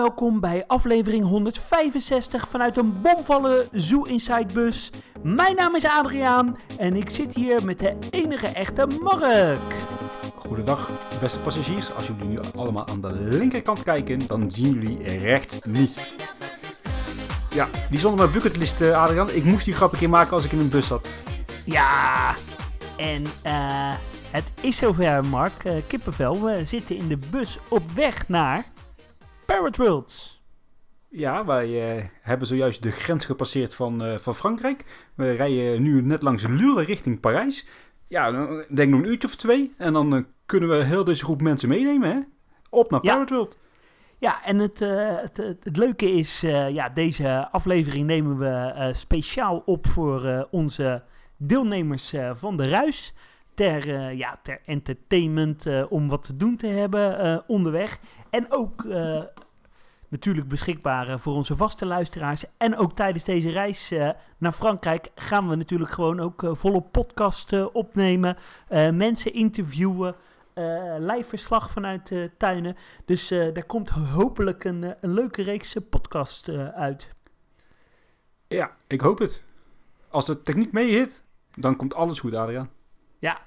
welkom bij aflevering 165 vanuit een bomvolle Zoo Inside bus. Mijn naam is Adriaan en ik zit hier met de enige echte Mark. Goedendag beste passagiers, als jullie nu allemaal aan de linkerkant kijken, dan zien jullie rechts niets. Ja, die zonder mijn bucketlist Adriaan, ik moest die grap een keer maken als ik in een bus zat. Ja, en het is zover Mark, kippenvel, we zitten in de bus op weg naar Parrot World. Ja, wij hebben zojuist de grens gepasseerd van Frankrijk. We rijden nu net langs Lille richting Parijs. Ja, dan denk ik nog een uurtje of 2 en dan kunnen we heel deze groep mensen meenemen, hè? Op naar Parrot World. Ja, en het leuke is, deze aflevering nemen we speciaal op voor onze deelnemers van de reis. Ter entertainment, om wat te doen te hebben onderweg. En ook natuurlijk beschikbaar voor onze vaste luisteraars. En ook tijdens deze reis naar Frankrijk gaan we natuurlijk gewoon ook volop podcast opnemen. Mensen interviewen. Live verslag vanuit tuinen. Dus daar komt hopelijk een leuke reeks podcast uit. Ja, ik hoop het. Als de techniek meehit, dan komt alles goed, Adriaan. Ja,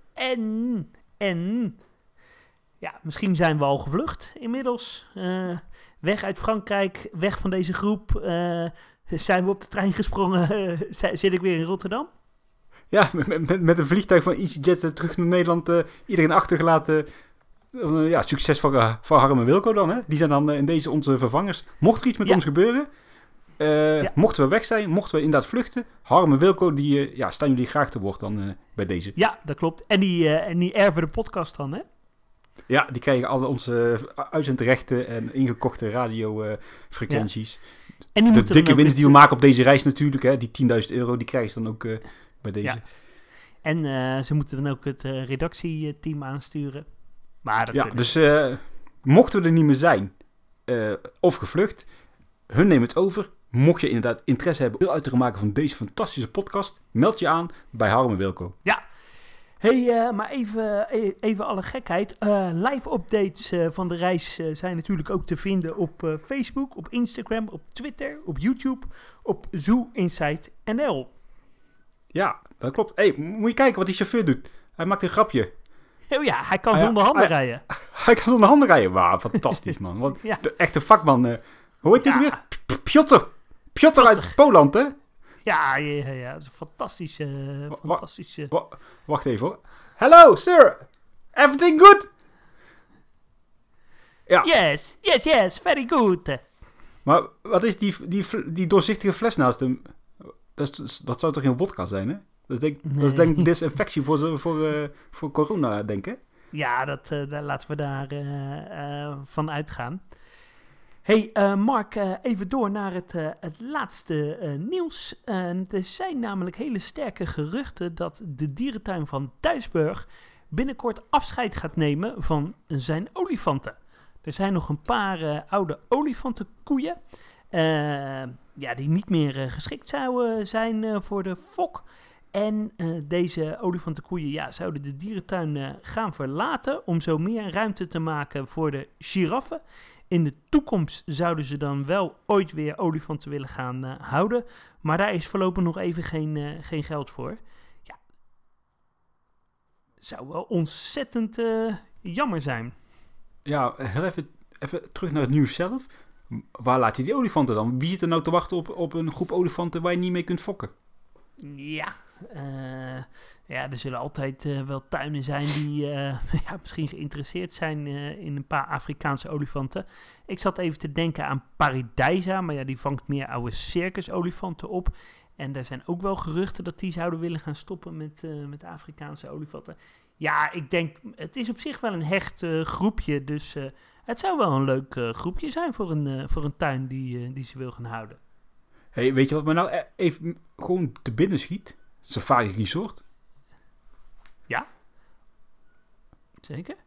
en ja, misschien zijn we al gevlucht inmiddels. Weg uit Frankrijk, weg van deze groep. Zijn we op de trein gesprongen? Zit ik weer in Rotterdam? Ja, met een vliegtuig van EasyJet terug naar Nederland. Iedereen achtergelaten. Succes van Harm en Wilco dan. Hè? Die zijn dan in deze onze vervangers. Mocht er iets met ons gebeuren. Mochten we weg zijn. Mochten we inderdaad vluchten. Harm en Wilco, die staan jullie graag te woord dan bij deze. Ja, dat klopt. En die erven de podcast dan, hè? Ja, die krijgen alle onze uitzendrechten en ingekochte radiofrequenties. En de dikke winst die we maken op deze reis natuurlijk. Hè, die €10.000, die krijgen ze dan ook bij deze. Ja. En ze moeten dan ook het redactieteam aansturen. Maar dat dus mochten we er niet meer zijn of gevlucht, hun nemen het over. Mocht je inderdaad interesse hebben om deel uit te maken van deze fantastische podcast, meld je aan bij Harm en Wilco. Ja. Hey, maar even alle gekheid. Live updates van de reis zijn natuurlijk ook te vinden op Facebook, op Instagram, op Twitter, op YouTube, op Zoo Inside NL. Ja, dat klopt. Hey, moet je kijken wat die chauffeur doet. Hij maakt een grapje. Oh ja, hij kan zonder handen rijden. Hij kan zonder handen rijden. Wauw, fantastisch man. Want de echte vakman. Hoe heet hij weer? Piotr uit Poland, hè? Ja, dat is een fantastische... Wacht even hoor. Hello, sir. Everything good? Ja. Yes, very good. Maar wat is die doorzichtige fles naast hem? Dat zou toch geen wodka zijn, hè? Dat is denk ik desinfectie voor corona, denk ik. Ja, laten we daar van uitgaan. Hey Mark, even door naar het laatste nieuws. Er zijn namelijk hele sterke geruchten dat de dierentuin van Duisburg binnenkort afscheid gaat nemen van zijn olifanten. Er zijn nog een paar oude olifantenkoeien die niet meer geschikt zouden zijn voor de fok. En deze olifantenkoeien zouden de dierentuin gaan verlaten om zo meer ruimte te maken voor de giraffen. In de toekomst zouden ze dan wel ooit weer olifanten willen gaan houden. Maar daar is voorlopig nog even geen geld voor. Ja, zou wel ontzettend jammer zijn. Ja, heel even terug naar het nieuws zelf. Waar laat je die olifanten dan? Wie zit er nou te wachten op een groep olifanten waar je niet mee kunt fokken? Er zullen altijd wel tuinen zijn die misschien geïnteresseerd zijn in een paar Afrikaanse olifanten. Ik zat even te denken aan Paradijsa, maar die vangt meer oude circusolifanten op. En er zijn ook wel geruchten dat die zouden willen gaan stoppen met Afrikaanse olifanten. Ja, ik denk, het is op zich wel een hecht groepje, dus het zou wel een leuk groepje zijn voor een tuin die ze wil gaan houden. Hey, weet je wat me nou even gewoon te binnen schiet? Safari Resort. Ja. Zeker.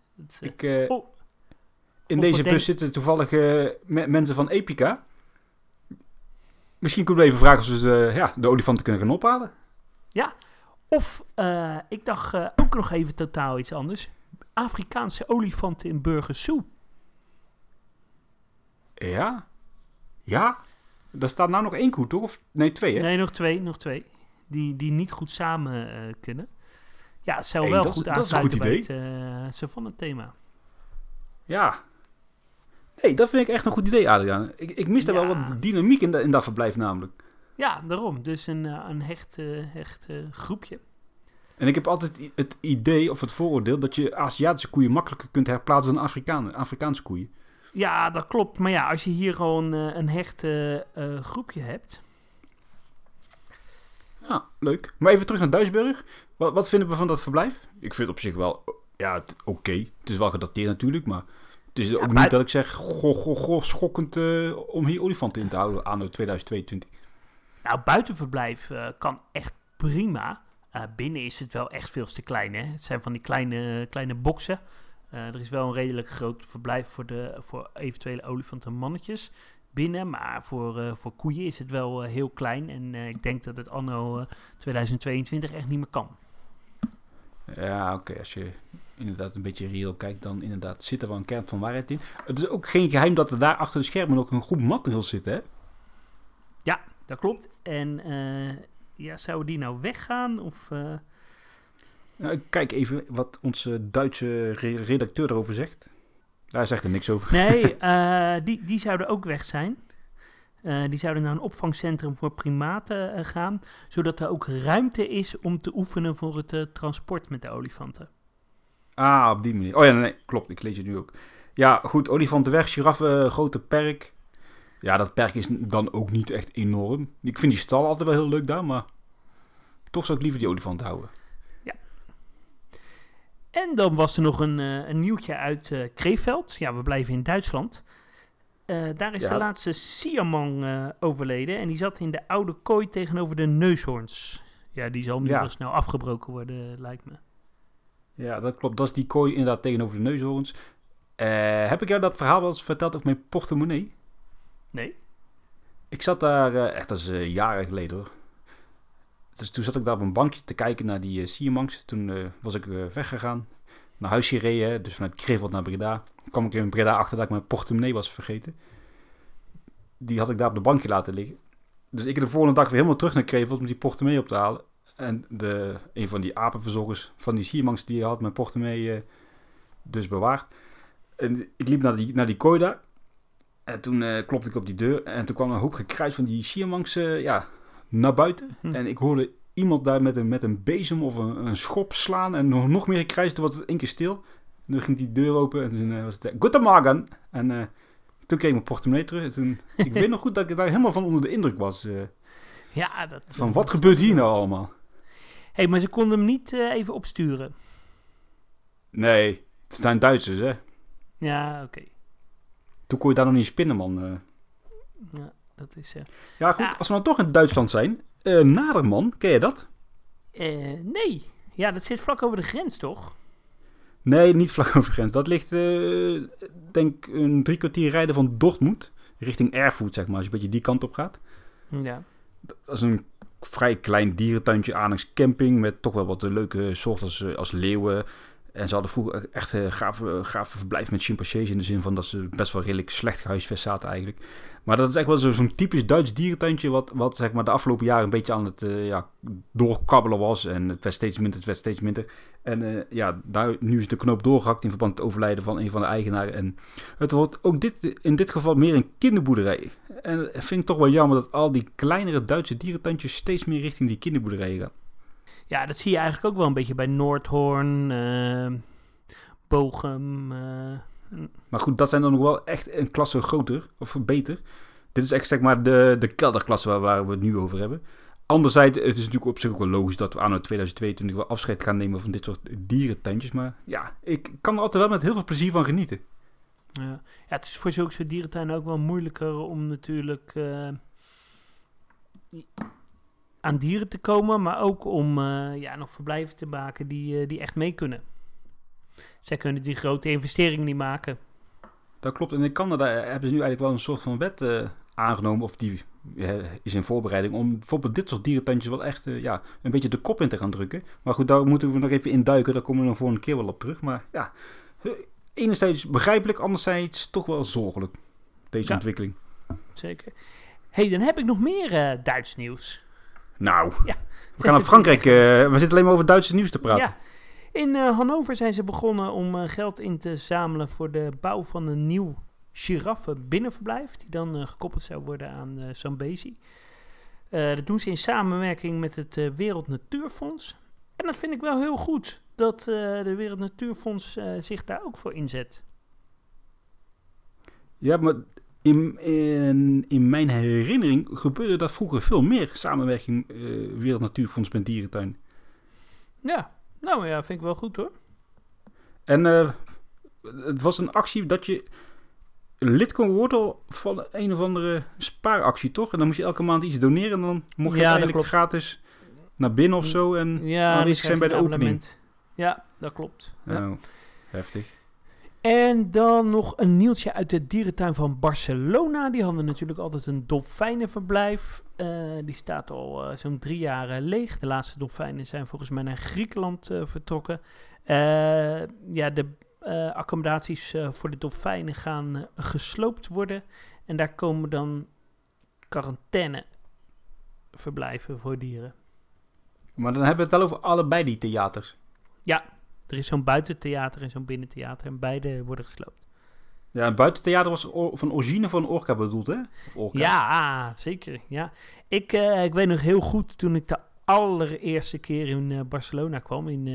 In deze bus zitten toevallig mensen van Epica. Misschien kunnen we even vragen of ze de olifanten kunnen gaan ophalen. Ja. Of, ik dacht ook nog even totaal iets anders. Afrikaanse olifanten in Burgers Zoo. Ja? Ja? Daar staat nou nog 1 koe, toch? Of, nee, 2, hè? Nee, nog twee. Die niet goed samen kunnen. Ja, het zou Hey, wel dat is- goed dat is een aansluiten goed bij het Savanne-thema. Ja. Nee, dat vind ik echt een goed idee, Adriaan. Ik mis daar Ja. wel wat dynamiek in dat verblijf namelijk. Ja, daarom. Dus een hecht groepje. En ik heb altijd het idee of het vooroordeel dat je Aziatische koeien makkelijker kunt herplaatsen dan Afrikaanse koeien. Ja, dat klopt. Maar ja, als je hier gewoon een hecht groepje hebt. Ja, leuk. Maar even terug naar Duisburg. Wat vinden we van dat verblijf? Ik vind het op zich wel oké. Het is wel gedateerd natuurlijk, maar het is ook niet dat ik zeg, schokkend om hier olifanten in te houden anno 2022. Nou, buitenverblijf kan echt prima. Binnen is het wel echt veel te klein, hè. Het zijn van die kleine boxen. Er is wel een redelijk groot verblijf voor eventuele olifantenmannetjes binnen. Maar voor koeien is het wel heel klein. En ik denk dat het anno 2022 echt niet meer kan. Ja, oké. Als je inderdaad een beetje reëel kijkt, dan inderdaad zit er wel een kern van waarheid in. Het is ook geen geheim dat er daar achter de schermen ook een groep mattenhils zitten, hè? Ja, dat klopt. En zouden die nou weggaan? Of... Nou, kijk even wat onze Duitse redacteur erover zegt. Hij zegt er niks over. Nee, die zouden ook weg zijn. Die zouden naar een opvangcentrum voor primaten gaan, zodat er ook ruimte is om te oefenen voor het transport met de olifanten. Ah, op die manier. Oh ja, nee, klopt. Ik lees het nu ook. Ja, goed. Olifanten weg, giraffen, grote perk. Ja, dat perk is dan ook niet echt enorm. Ik vind die stal altijd wel heel leuk daar, maar toch zou ik liever die olifant houden. En dan was er nog een nieuwtje uit Krefeld. Ja, we blijven in Duitsland. Daar is de laatste Siamang overleden. En die zat in de oude kooi tegenover de neushoorns. Ja, die zal nu wel snel afgebroken worden, lijkt me. Ja, dat klopt. Dat is die kooi inderdaad tegenover de neushoorns. Heb ik jou dat verhaal wel eens verteld over mijn portemonnee? Nee. Ik zat daar, echt als jaren geleden hoor. Dus toen zat ik daar op een bankje te kijken naar die Siamangs. Toen was ik weggegaan. Naar huis gereden, dus vanuit Krefeld naar Breda. Toen kwam ik in Breda achter dat ik mijn portemonnee was vergeten. Die had ik daar op de bankje laten liggen. Dus ik de volgende dag weer helemaal terug naar Krefeld om die portemonnee op te halen. En een van die apenverzorgers van die Siamangs, die had mijn portemonnee dus bewaard. En ik liep naar die kooi daar. En toen klopte ik op die deur. En toen kwam een hoop gekrijs van die Siamangs naar buiten. En ik hoorde iemand daar met een bezem of een schop slaan. En nog meer gekrijs. Toen was het 1 keer stil. En toen ging die deur open. En toen was het Guten Morgen. En toen kreeg ik mijn portemonnee terug. En toen, ik weet nog goed dat ik daar helemaal van onder de indruk was. Ja, van wat gebeurt hier nou allemaal? Hé, maar ze konden hem niet even opsturen. Nee, het zijn Duitsers, hè? Ja, oké. Toen kon je daar nog niet spinnen, man. Ja, dat is... Ja, goed. Ja. Als we nou toch in Duitsland zijn. Naderman, ken je dat? Nee. Ja, dat zit vlak over de grens, toch? Nee, niet vlak over de grens. Dat ligt, denk ik, een 3 kwartier rijden van Dortmund. Richting Erfurt, zeg maar. Als je een beetje die kant op gaat. Ja. Dat is een vrij klein dierentuintje, annex camping. Met toch wel wat leuke soorten als leeuwen. En ze hadden vroeger echt gave verblijf met chimpansees. In de zin van dat ze best wel redelijk slecht gehuisvest zaten eigenlijk. Maar dat is echt wel zo'n typisch Duits dierentuintje. Wat zeg maar de afgelopen jaren een beetje aan het doorkabbelen was. En het werd steeds minder. En nu is de knoop doorgehakt in verband met het overlijden van een van de eigenaren. En het wordt ook in dit geval meer een kinderboerderij. En dat vind ik toch wel jammer dat al die kleinere Duitse dierentuintjes steeds meer richting die kinderboerderijen gaan. Ja, dat zie je eigenlijk ook wel een beetje bij Noordhoorn, Bochum. Maar goed, dat zijn dan nog wel echt een klasse groter of beter. Dit is echt zeg maar de kelderklasse waar we het nu over hebben. Anderzijds, het is natuurlijk op zich ook wel logisch dat we anno 2022 wel afscheid gaan nemen van dit soort dierentuintjes. Maar ja, ik kan er altijd wel met heel veel plezier van genieten. Ja, het is voor zulke soort dierentuinen ook wel moeilijker om natuurlijk aan dieren te komen, maar ook om nog verblijven te maken die echt mee kunnen. Zij kunnen die grote investeringen niet maken. Dat klopt. En in Canada hebben ze nu eigenlijk wel een soort van wet aangenomen, of die is in voorbereiding, om bijvoorbeeld dit soort dierentuintjes wel echt een beetje de kop in te gaan drukken. Maar goed, daar moeten we nog even in duiken. Daar komen we nog voor een keer wel op terug. Maar ja, enerzijds begrijpelijk, anderzijds toch wel zorgelijk. deze ontwikkeling. Zeker. Hey, dan heb ik nog meer Duits nieuws. Nou, Ja. we gaan naar Frankrijk. We zitten alleen maar over Duitse nieuws te praten. Ja. In Hannover zijn ze begonnen om geld in te zamelen voor de bouw van een nieuw giraffenbinnenverblijf, die dan gekoppeld zou worden aan Zambezi. Dat doen ze in samenwerking met het Wereld Natuurfonds. En dat vind ik wel heel goed, dat de Wereld Natuurfonds zich daar ook voor inzet. Ja, maar in mijn herinnering gebeurde dat vroeger veel meer. Samenwerking Wereld Natuurfonds met Dierentuin. Ja, nou ja, vind ik wel goed hoor. En het was een actie dat je lid kon worden van een of andere spaaractie, toch? En dan moest je elke maand iets doneren en dan mocht je eigenlijk gratis naar binnen of zo en aanwezig zijn bij de opening. Ja, dat klopt. Ja. Oh, heftig. En dan nog een nieuwtje uit de dierentuin van Barcelona. Die hadden natuurlijk altijd een dolfijnenverblijf. Die staat al zo'n 3 jaar leeg. De laatste dolfijnen zijn volgens mij naar Griekenland vertrokken. De accommodaties voor de dolfijnen gaan gesloopt worden. En daar komen dan quarantaineverblijven voor dieren. Maar dan hebben we het wel over allebei die theaters. Ja, er is zo'n buitentheater en zo'n binnentheater. En beide worden gesloopt. Ja, een buitentheater was van origine voor een orka bedoeld, hè? Of orka. Ja, zeker. Ja. Ik weet nog heel goed toen ik de allereerste keer in Barcelona kwam in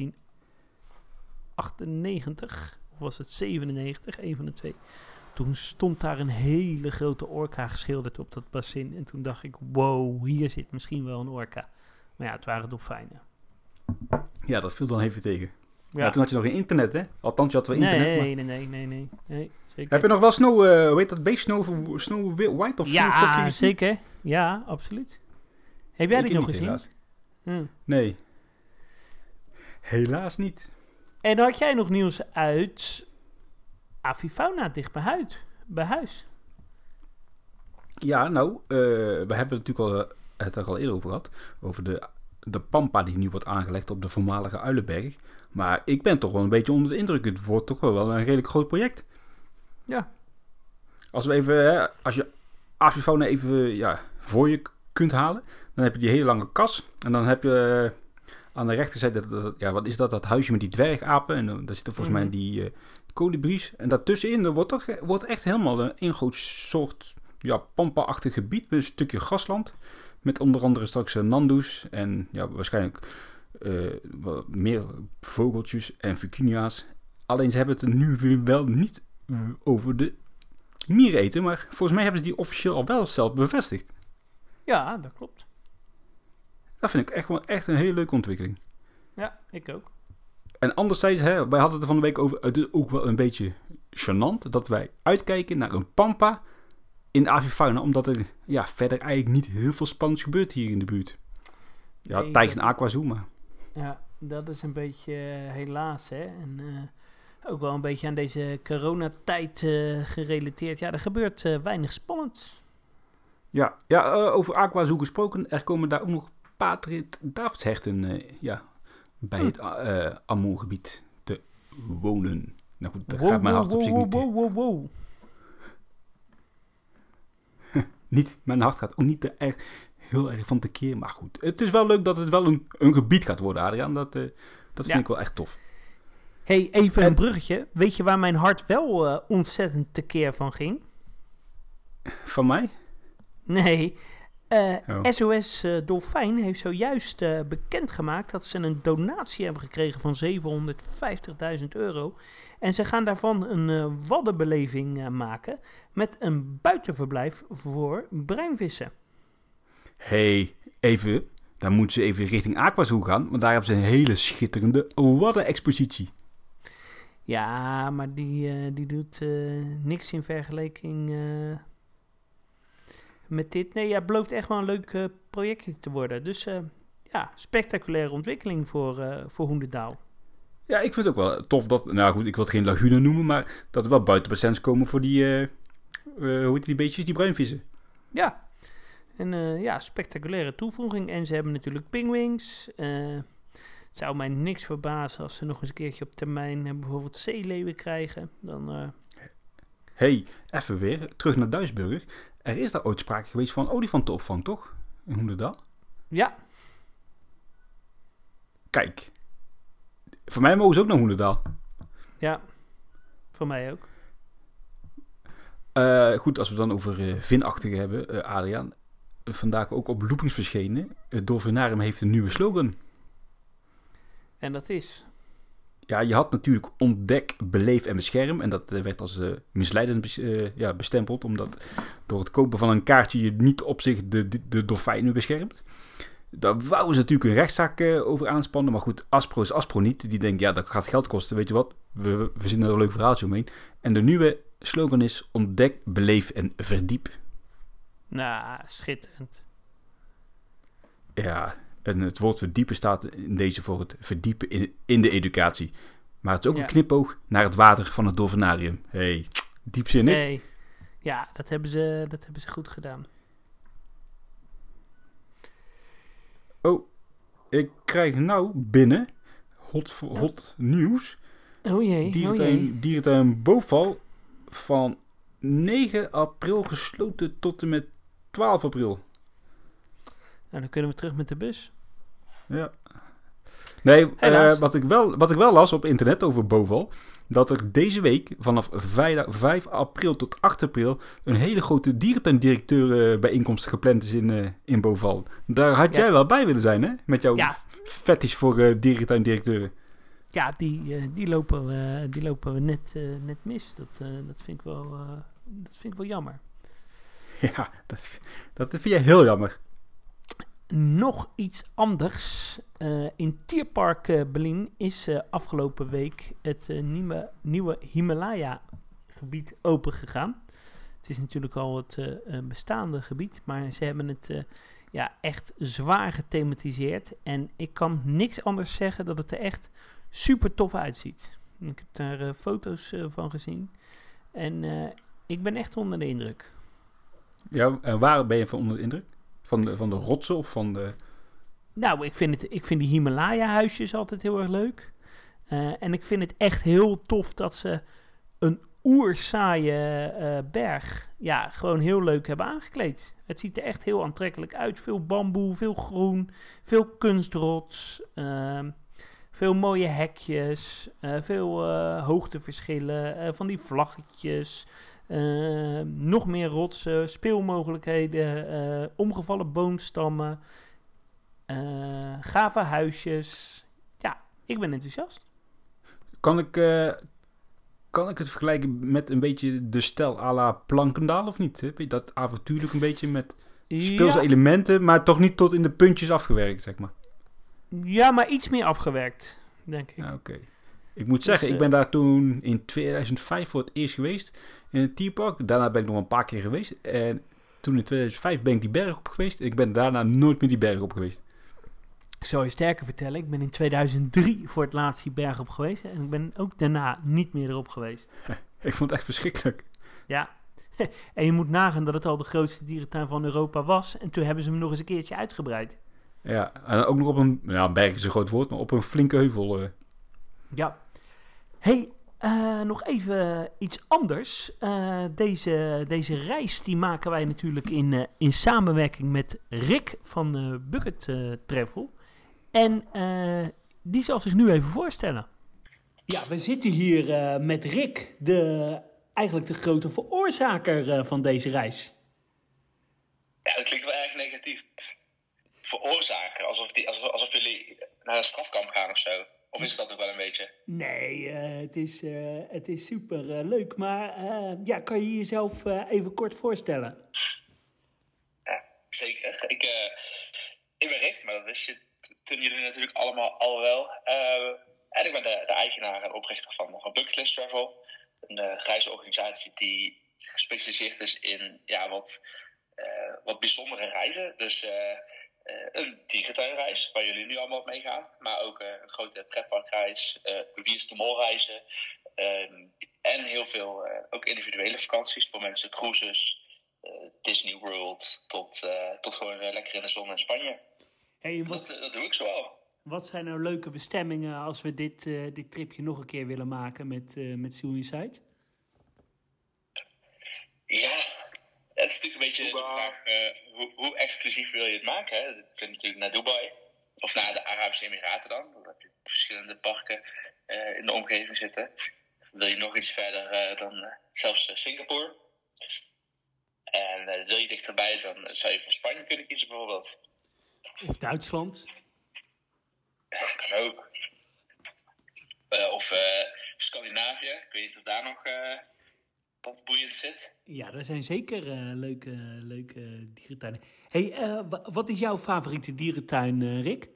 1998. Of was het 97? Een van de twee. Toen stond daar een hele grote orka geschilderd op dat bassin. En toen dacht ik, wow, hier zit misschien wel een orka. Maar ja, het waren dolfijnen. Ja, dat viel dan even tegen. Ja, toen had je nog geen internet, hè? Althans, je had wel internet. Nee, zeker. Heb je nog wel Snow, hoe heet dat beest? Snow White of ja, zeker. Ja, absoluut. Heb jij die nog gezien? Helaas. Nee. Helaas niet. En had jij nog nieuws uit Avifauna dicht bij huis? Ja, nou, we hebben het natuurlijk het er al eerder over gehad. Over de pampa die nu wordt aangelegd op de voormalige Uilenberg. Maar ik ben toch wel een beetje onder de indruk. Het wordt toch wel een redelijk groot project. Ja. Als je Avifauna even voor je kunt halen, dan heb je die hele lange kas. En dan heb je aan de rechterzijde, wat is dat? Dat huisje met die dwergapen. En daar zitten volgens mij die kolibries. En daartussenin wordt echt helemaal een groot soort pampa-achtig gebied met een stukje grasland. Met onder andere straks nandoes en waarschijnlijk wat meer vogeltjes en vicunia's. Alleen ze hebben het er nu wel niet over de mieren eten, maar volgens mij hebben ze die officieel al wel zelf bevestigd. Ja, dat klopt. Dat vind ik echt een hele leuke ontwikkeling. Ja, ik ook. En anderzijds, wij hadden het er van de week over, het is ook wel een beetje gênant dat wij uitkijken naar een pampa in Avifauna, omdat er verder eigenlijk niet heel veel spannends gebeurt hier in de buurt. Ja, nee, Tijks en Aquazoo, maar... Ja, dat is een beetje helaas, hè. En ook wel een beetje aan deze coronatijd gerelateerd. Ja, er gebeurt weinig spannends. Ja, over Aquazoo gesproken, er komen daar ook nog Patrit-Davidsherten bij het Amourgebied te wonen. Nou goed, daar gaat mijn hart op zich niet... Wow. Mijn hart gaat ook niet heel erg van tekeer, maar goed. Het is wel leuk dat het wel een gebied gaat worden, Adriaan. Dat vind ik wel echt tof. Hey, even een bruggetje. Weet je waar mijn hart wel ontzettend tekeer van ging? Van mij? Nee. SOS Dolfijn heeft zojuist bekendgemaakt dat ze een donatie hebben gekregen van €750.000. En ze gaan daarvan een waddenbeleving maken met een buitenverblijf voor bruinvissen. Hey, even, dan moeten ze even richting Aquazoo gaan, want daar hebben ze een hele schitterende waddenexpositie. Ja, maar die doet niks in vergelijking met dit. Nee, het belooft echt wel een leuk projectje te worden. Dus spectaculaire ontwikkeling voor Hoenderdaal. Ja, ik vind het ook wel tof dat, nou goed, ik wil het geen lagune noemen, maar dat er wel buitenbestens komen voor die, hoe heet die beestjes, die bruinvissen. Ja, en spectaculaire toevoeging. En ze hebben natuurlijk pinguïns. Het zou mij niks verbazen als ze nog eens een keertje op termijn bijvoorbeeld zeeleeuwen krijgen. Dan Hey, even weer, terug naar Duisburger. Er is daar ooit sprake geweest van olifantenopvang, toch? In Hoenderdaal? Ja. Kijk, voor mij mogen ze ook naar Hoenderdaal. Ja, voor mij ook. Goed, als we het dan over vinachtige hebben, Adriaan. Vandaag ook op Loopings verschenen. Dolfinarium heeft een nieuwe slogan. En dat is? Ja, je had natuurlijk ontdek, beleef en bescherm. En dat werd als misleidend bestempeld. Omdat door het kopen van een kaartje je niet op zich de dolfijnen beschermt. Daar wouden ze natuurlijk een rechtszaak over aanspannen. Maar goed, Aspro is Aspro niet. Die denkt, ja, dat gaat geld kosten. Weet je wat, we zien er een leuk verhaaltje omheen. En de nieuwe slogan is ontdek, beleef en verdiep. Nou, schitterend. Ja, en het woord verdiepen staat in deze voor het verdiepen in de educatie. Maar het is ook een knipoog naar het water van het dolfinarium. Hey, diepzinnig. Nee. Ja, dat hebben ze goed gedaan. Oh, ik krijg nou binnen hot nieuws. Oh jee, Dierentuin Boval van 9 april gesloten tot en met 12 april. Nou, dan kunnen we terug met de bus. Ja. Nee, wat ik wel las op internet over Boval, dat er deze week vanaf 5 april tot 8 april een hele grote dierentuindirecteur bijeenkomst gepland is in Boval. Daar had jij wel bij willen zijn, hè? Met jouw fetish voor dierentuindirecteuren. Ja, die lopen we net mis. Dat vind ik wel jammer. Ja, dat vind je heel jammer. Nog iets anders. In Tierpark Berlin is afgelopen week het nieuwe Himalaya-gebied opengegaan. Het is natuurlijk al het bestaande gebied, maar ze hebben het echt zwaar gethematiseerd. En ik kan niks anders zeggen dat het er echt super tof uitziet. Ik heb daar foto's van gezien. En ik ben echt onder de indruk. Ja, en waar ben je van onder de indruk? Van de rotsen of van de... Nou, ik vind die Himalaya-huisjes altijd heel erg leuk. En ik vind het echt heel tof dat ze een oersaaie berg gewoon heel leuk hebben aangekleed. Het ziet er echt heel aantrekkelijk uit. Veel bamboe, veel groen, veel kunstrots, veel mooie hekjes, veel hoogteverschillen, van die vlaggetjes... nog meer rotsen, speelmogelijkheden, omgevallen boomstammen, gave huisjes. Ja, ik ben enthousiast. Kan ik het vergelijken met een beetje de stijl à la Plankendaal of niet? Heb je dat avontuurlijk een beetje met speelse elementen, maar toch niet tot in de puntjes afgewerkt, zeg maar? Ja, maar iets meer afgewerkt, denk ik. Ja, oké. Ik moet zeggen, ik ben daar toen in 2005 voor het eerst geweest in het Tierpark. Daarna ben ik nog een paar keer geweest. En toen in 2005 ben ik die berg op geweest. En ik ben daarna nooit meer die berg op geweest. Ik zal je sterker vertellen, ik ben in 2003 voor het laatst die berg op geweest. En ik ben ook daarna niet meer erop geweest. Ik vond het echt verschrikkelijk. Ja, en je moet nagaan dat het al de grootste dierentuin van Europa was. En toen hebben ze hem nog eens een keertje uitgebreid. Ja, en ook nog op een, berg is een groot woord, maar op een flinke heuvel. Ja. Hey, nog even iets anders. Deze reis die maken wij natuurlijk in samenwerking met Rick van Bucket Travel. En die zal zich nu even voorstellen. Ja, we zitten hier met Rick, eigenlijk de grote veroorzaker van deze reis. Ja, dat klinkt wel erg negatief. Veroorzaker, alsof jullie naar een strafkamp gaan of zo. Of is dat ook wel een beetje? Nee, het is super leuk. Maar kan je jezelf even kort voorstellen? Ja, zeker. Ik ben Rick, maar dat wist je toen jullie natuurlijk allemaal al wel. En ik ben de eigenaar en oprichter van Bucketlist Travel. Een reisorganisatie die gespecialiseerd is in wat bijzondere reizen. Dus een dierentuinreis, waar jullie nu allemaal op meegaan. Maar ook een grote pretparkreis, Wie is de Mol reizen. En heel veel ook individuele vakanties voor mensen. Cruises, Disney World, tot gewoon lekker in de zon in Spanje. Hey, dat doe ik zoal. Wat zijn nou leuke bestemmingen als we dit tripje nog een keer willen maken met Zoo Inside? een beetje de vraag, hoe exclusief wil je het maken? Hè? Je kunt natuurlijk naar Dubai, of naar de Arabische Emiraten dan. Dan heb je verschillende parken in de omgeving zitten. Wil je nog iets verder dan zelfs Singapore? En wil je dichterbij, dan zou je voor Spanje kunnen kiezen bijvoorbeeld. Of Duitsland. Ja, dat kan ook. Of Scandinavië. Ik weet niet of daar nog wat boeiend zit. Ja, er zijn zeker leuke dierentuinen. Hey, wat is jouw favoriete dierentuin, Rick?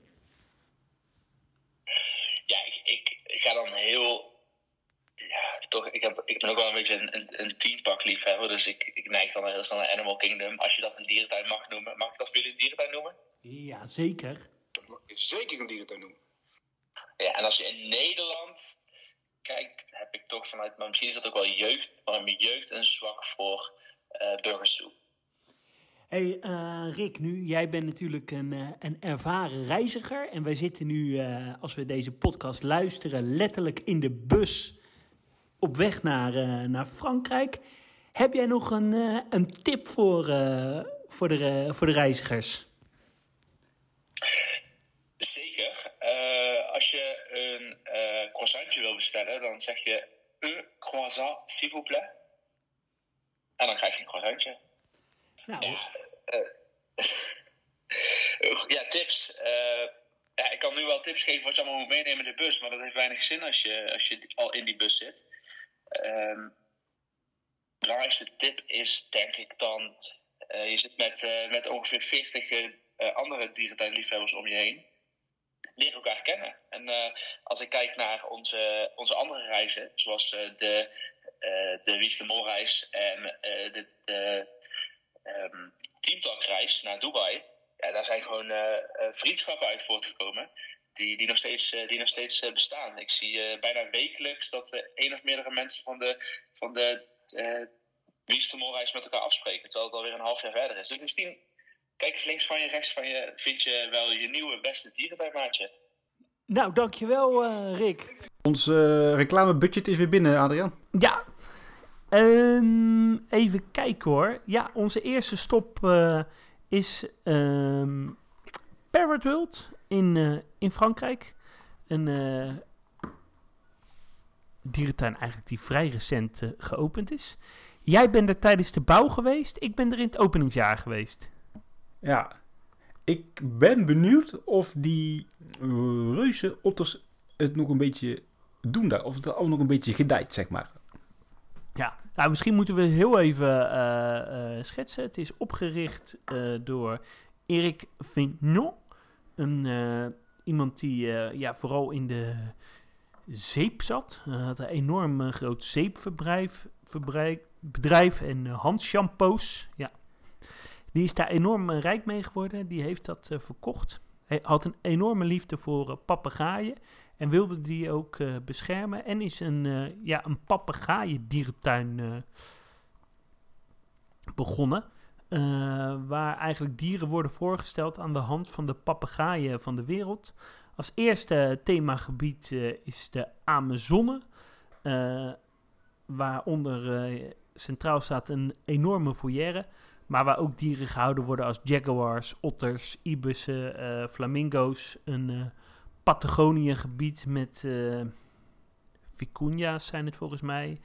Ja, ik ga dan heel... Ja, toch, ik ben ook wel een beetje een teamparkliefhebber. Dus ik neig dan heel snel naar Animal Kingdom. Als je dat een dierentuin mag noemen. Mag ik dat voor jullie een dierentuin noemen? Ja, zeker. Dat mag je zeker een dierentuin noemen. Ja, en als je in Nederland kijkt, heb ik toch vanuit... Maar misschien is dat ook wel jeugd. Maar mijn jeugd een zwak voor Burgers Zoo. Hey Rick, jij bent natuurlijk een ervaren reiziger. En wij zitten nu, als we deze podcast luisteren, letterlijk in de bus op weg naar Frankrijk. Heb jij nog een tip voor de reizigers? Zeker. Als je een croissantje wil bestellen, dan zeg je un croissant, s'il vous plaît. En dan krijg je een croissantje. Nou, ja, tips. Ik kan nu wel tips geven wat je allemaal moet meenemen in de bus, maar dat heeft weinig zin als je al in die bus zit. De belangrijkste tip is, denk ik dan, je zit met ongeveer 40 andere dierentuinliefhebbers om je heen. Leer elkaar kennen. En als ik kijk naar onze andere reizen, zoals de Wies de Mol reis en de Teamtalk-reis naar Dubai, ja, daar zijn gewoon vriendschappen uit voortgekomen die nog steeds bestaan. Ik zie bijna wekelijks dat één of meerdere mensen van de Wies de Mol reis met elkaar afspreken, terwijl het alweer een half jaar verder is. Dus misschien, kijk eens links van je, rechts van je, vind je wel je nieuwe beste dierentuinmaatje. Nou, dankjewel Rick. Ons reclamebudget is weer binnen, Adriaan. Ja, even kijken hoor. Ja, onze eerste stop is Parrot World in Frankrijk. Een dierentuin eigenlijk die vrij recent geopend is. Jij bent er tijdens de bouw geweest. Ik ben er in het openingsjaar geweest. Ja, ik ben benieuwd of die reuze otters het nog een beetje doen daar. Of het al nog een beetje gedijt, zeg maar. Ja, nou, misschien moeten we heel even schetsen. Het is opgericht door Eric Vignon. Iemand die vooral in de zeep zat. Hij had een enorm groot zeepbedrijf en handshampoos. Ja. Die is daar enorm rijk mee geworden. Die heeft dat verkocht. Hij had een enorme liefde voor papegaaien. En wilde die ook beschermen. En is een papegaaiendierentuin begonnen. Waar eigenlijk dieren worden voorgesteld aan de hand van de papegaaien van de wereld. Als eerste themagebied is de Amazone. Waaronder centraal staat een enorme volière. Maar waar ook dieren gehouden worden als jaguars, otters, ibissen, flamingo's. Een Patagonië-gebied met vicuña's zijn het volgens mij.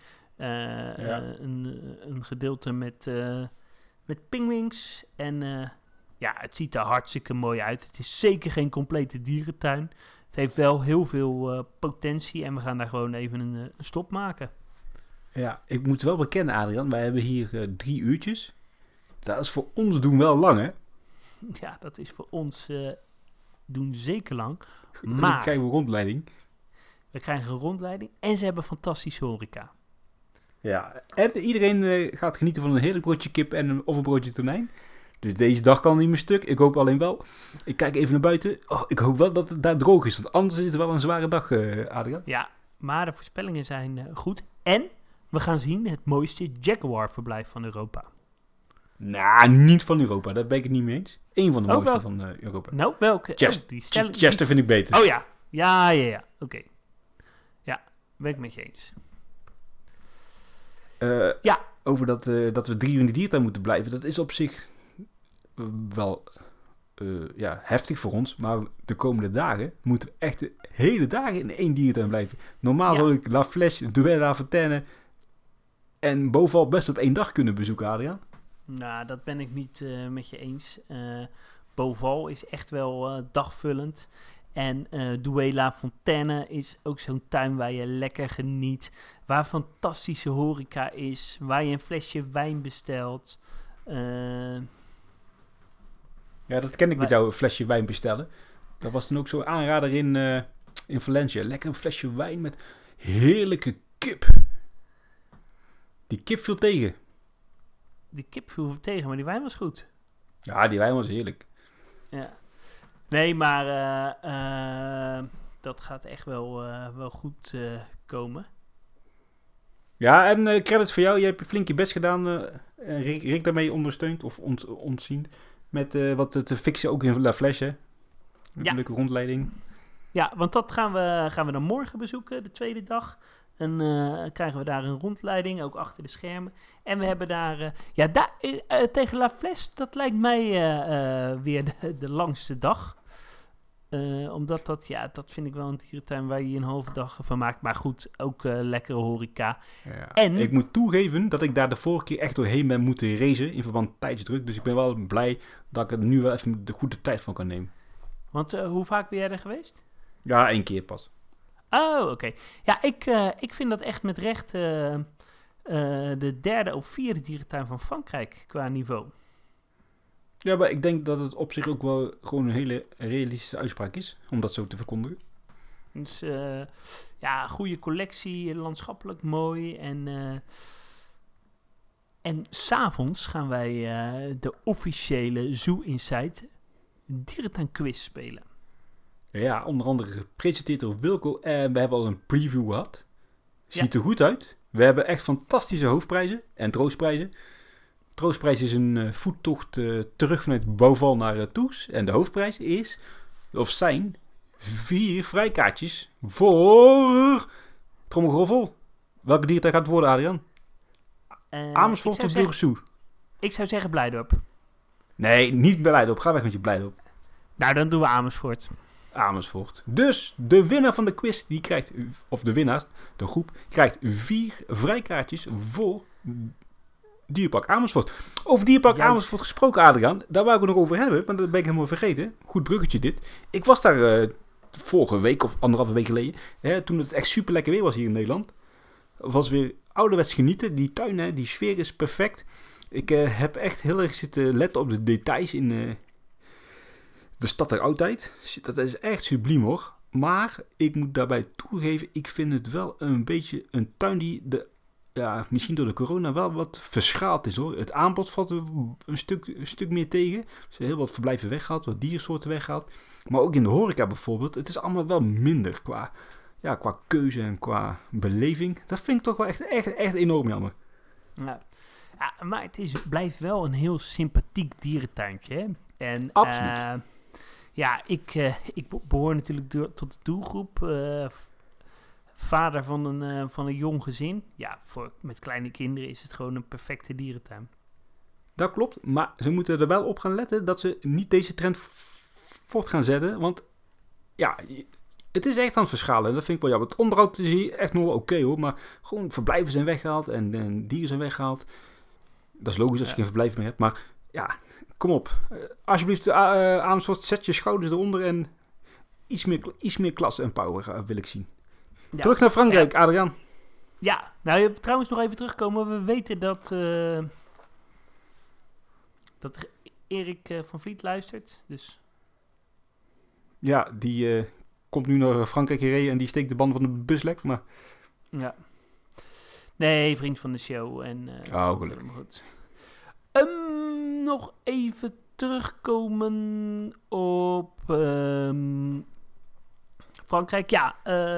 Een gedeelte met pinguïns. En het ziet er hartstikke mooi uit. Het is zeker geen complete dierentuin. Het heeft wel heel veel potentie. En we gaan daar gewoon even een stop maken. Ja, ik moet wel bekennen, Adriaan. Wij hebben hier 3 uurtjes. Dat is voor ons doen wel lang, hè? Ja, dat is voor ons doen zeker lang. Maar Maar krijgen we rondleiding. we krijgen een rondleiding. En ze hebben fantastische horeca. Ja, en iedereen gaat genieten van een heerlijk broodje kip of een broodje tonijn. Dus deze dag kan niet meer stuk. Ik hoop alleen wel. Ik kijk even naar buiten. Oh, ik hoop wel dat het daar droog is. Want anders is het wel een zware dag, Adriaan. Ja, maar de voorspellingen zijn goed. En we gaan zien het mooiste jaguar-verblijf van Europa. Nou, niet van Europa. Daar ben ik het niet mee eens. Eén van de mooiste wel. van Europa. Nou, welke? Chester vind ik beter. Oh ja. Ja. Oké. Ja, ben ik met je eens. Ja. over dat we 3 uur in de dierentuin moeten blijven. Dat is op zich wel heftig voor ons. Maar de komende dagen moeten we echt de hele dagen in 1 dierentuin blijven. Normaal zou ik La Flèche, Douai La Fontaine en Beauval best op 1 dag kunnen bezoeken, Adriaan. Nou, dat ben ik niet met je eens. Beauval is echt wel dagvullend. En Douai La Fontaine is ook zo'n tuin waar je lekker geniet. Waar fantastische horeca is. Waar je een flesje wijn bestelt. Ja, dat ken ik met jou, een flesje wijn bestellen. Dat was toen ook zo'n aanrader in Valencia. Lekker een flesje wijn met heerlijke kip. Die kip viel tegen. Die kip viel tegen, maar die wijn was goed. Ja, die wijn was heerlijk. Ja. Nee, maar dat gaat echt wel goed komen. Ja, en credits voor jou. Je hebt flink je best gedaan. Rick daarmee ondersteund of ontzien. Met wat te fixen ook in La Flèche. Met een leuke rondleiding. Ja, want dat gaan we dan morgen bezoeken, de tweede dag. En krijgen we daar een rondleiding, ook achter de schermen. En we hebben daar... tegen La Flèche, dat lijkt mij weer de langste dag. Omdat dat vind ik wel een dierentuin waar je een halve dag van maakt. Maar goed, ook lekkere horeca. Ja. En ik moet toegeven dat ik daar de vorige keer echt doorheen ben moeten racen in verband met tijdsdruk. Dus ik ben wel blij dat ik er nu wel even de goede tijd van kan nemen. Want hoe vaak ben jij er geweest? Ja, 1 keer pas. Oh, oké. Ja, ik vind dat echt met recht de 3e of 4e dierentuin van Frankrijk qua niveau. Ja, maar ik denk dat het op zich ook wel gewoon een hele realistische uitspraak is, om dat zo te verkondigen. Dus goede collectie, landschappelijk mooi. En 's avonds gaan wij de officiële Zoo Insight dierentuin quiz spelen. Ja, onder andere gepresenteerd door Wilco. En we hebben al een preview gehad. Ziet er goed uit. We hebben echt fantastische hoofdprijzen en troostprijzen. Troostprijs is een voettocht terug vanuit Beauval naar Tours. En de hoofdprijs zijn 4 vrijkaartjes voor... Trommelgroffel. Welke dierentuin gaat het worden, Adriaan? Amersfoort of Burgersoe? Ik zou zeggen Blijdorp. Nee, niet Blijdorp. Ga weg met je Blijdorp. Nou, dan doen we Amersfoort. Amersfoort. Dus de winnaar van de quiz, die krijgt, of de winnaar, de groep, krijgt 4 vrijkaartjes voor Dierpark Amersfoort. Over Dierpark Amersfoort gesproken, Adriaan, daar wou ik het nog over hebben, maar dat ben ik helemaal vergeten. Goed bruggetje dit. Ik was daar vorige week of 1,5 week geleden, toen het echt super lekker weer was hier in Nederland. Was weer ouderwets genieten. Die tuin, die sfeer is perfect. Ik heb echt heel erg zitten letten op de details in de stad der oudheid. Dat is echt subliem hoor. Maar ik moet daarbij toegeven, ik vind het wel een beetje een tuin die misschien door de corona wel wat verschaald is hoor. Het aanbod valt een stuk meer tegen. Ze hebben heel wat verblijven weggehaald, wat diersoorten weggehaald. Maar ook in de horeca bijvoorbeeld, het is allemaal wel minder qua keuze en qua beleving. Dat vind ik toch wel echt enorm jammer. Nou, ja, maar het blijft wel een heel sympathiek dierentuintje. Hè? En, absoluut. Ik behoor natuurlijk tot de doelgroep. Vader van een jong gezin. Ja, met kleine kinderen is het gewoon een perfecte dierentuin. Dat klopt, maar ze moeten er wel op gaan letten dat ze niet deze trend voort gaan zetten. Want ja, het is echt aan het verschalen. Dat vind ik wel jammer. Het onderhoud is hier echt nog wel oké hoor. Maar gewoon verblijven zijn weggehaald en dieren zijn weggehaald. Dat is logisch als je geen verblijf meer hebt. Maar ja, kom op. Alsjeblieft, Amersfoort, zet je schouders eronder en iets meer klasse en power wil ik zien. Ja. Terug naar Frankrijk, Adriaan. Ja, nou trouwens nog even terugkomen. We weten dat Erik van Vliet luistert. Dus. Ja, die komt nu naar Frankrijk gereden en die steekt de band van de bus lek. Maar... Ja. Nee, vriend van de show. En, gelukkig. Goed. Nog even terugkomen op Frankrijk. Ja,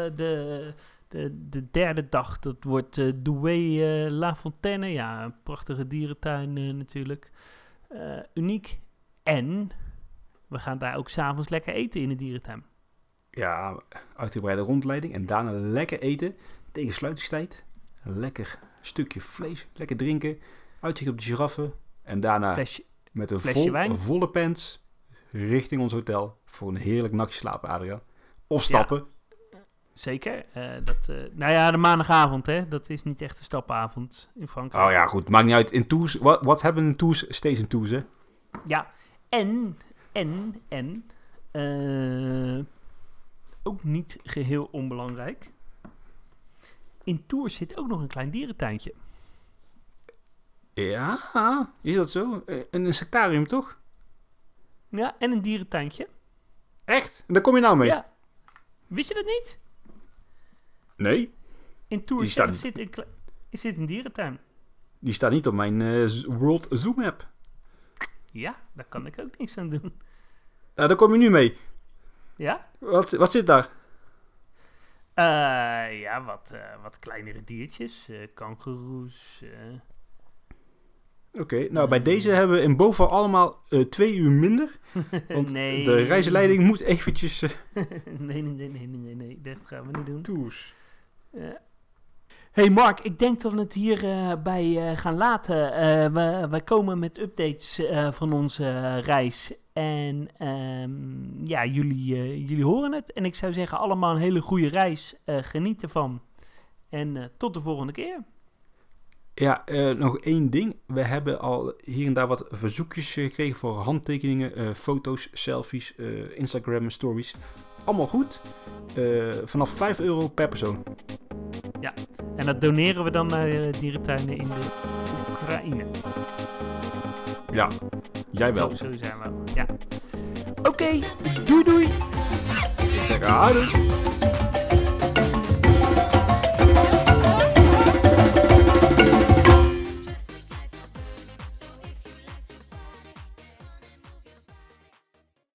de 3e dag, dat wordt Douai La Fontaine. Ja, een prachtige dierentuin natuurlijk. Uniek. En we gaan daar ook 's avonds lekker eten in de dierentuin. Ja, uitgebreide rondleiding en daarna lekker eten tegen sluitingstijd. Lekker stukje vlees, lekker drinken, uitzicht op de giraffen. En daarna met een flesje wijn. volle pants richting ons hotel voor een heerlijk nachtje slapen, Adriaan. Of stappen. Ja, zeker. Nou ja, de maandagavond, hè. Dat is niet echt een stapavond in Frankrijk. Oh ja, goed. Maakt niet uit. In Tours, wat hebben in Tours, stays in Tours, hè? Ja, en ook niet geheel onbelangrijk. In Tours zit ook nog een klein dierentuintje. Ja, is dat zo? Een sectarium, toch? Ja, en een dierentuintje. Echt? En daar kom je nou mee? Ja. Wist je dat niet? Nee. In Tours zelf zit een dierentuin. Die staat niet op mijn World Zoo Map. Ja, daar kan ik ook niks aan doen. Nou, daar kom je nu mee. Ja? Wat zit daar? Ja, wat kleinere diertjes. Kangoeroes. Oké, nou bij deze hebben we in Boval allemaal 2 uur minder. Want Nee. de reisleiding moet eventjes... Nee, dat gaan we niet doen. Tours. Hey Mark, ik denk dat we het hierbij gaan laten. Wij komen met updates van onze reis. En ja, jullie horen het. En ik zou zeggen, allemaal een hele goede reis. Geniet ervan. En tot de volgende keer. Ja, nog 1 ding. We hebben al hier en daar wat verzoekjes gekregen voor handtekeningen, foto's, selfies, Instagram stories. Allemaal goed. Vanaf €5 per persoon. Ja, en dat doneren we dan naar dierentuinen in de Oekraïne. Ja, jij wel. Zo zijn we. Ja. Oké, doei. Ik zeg, doei.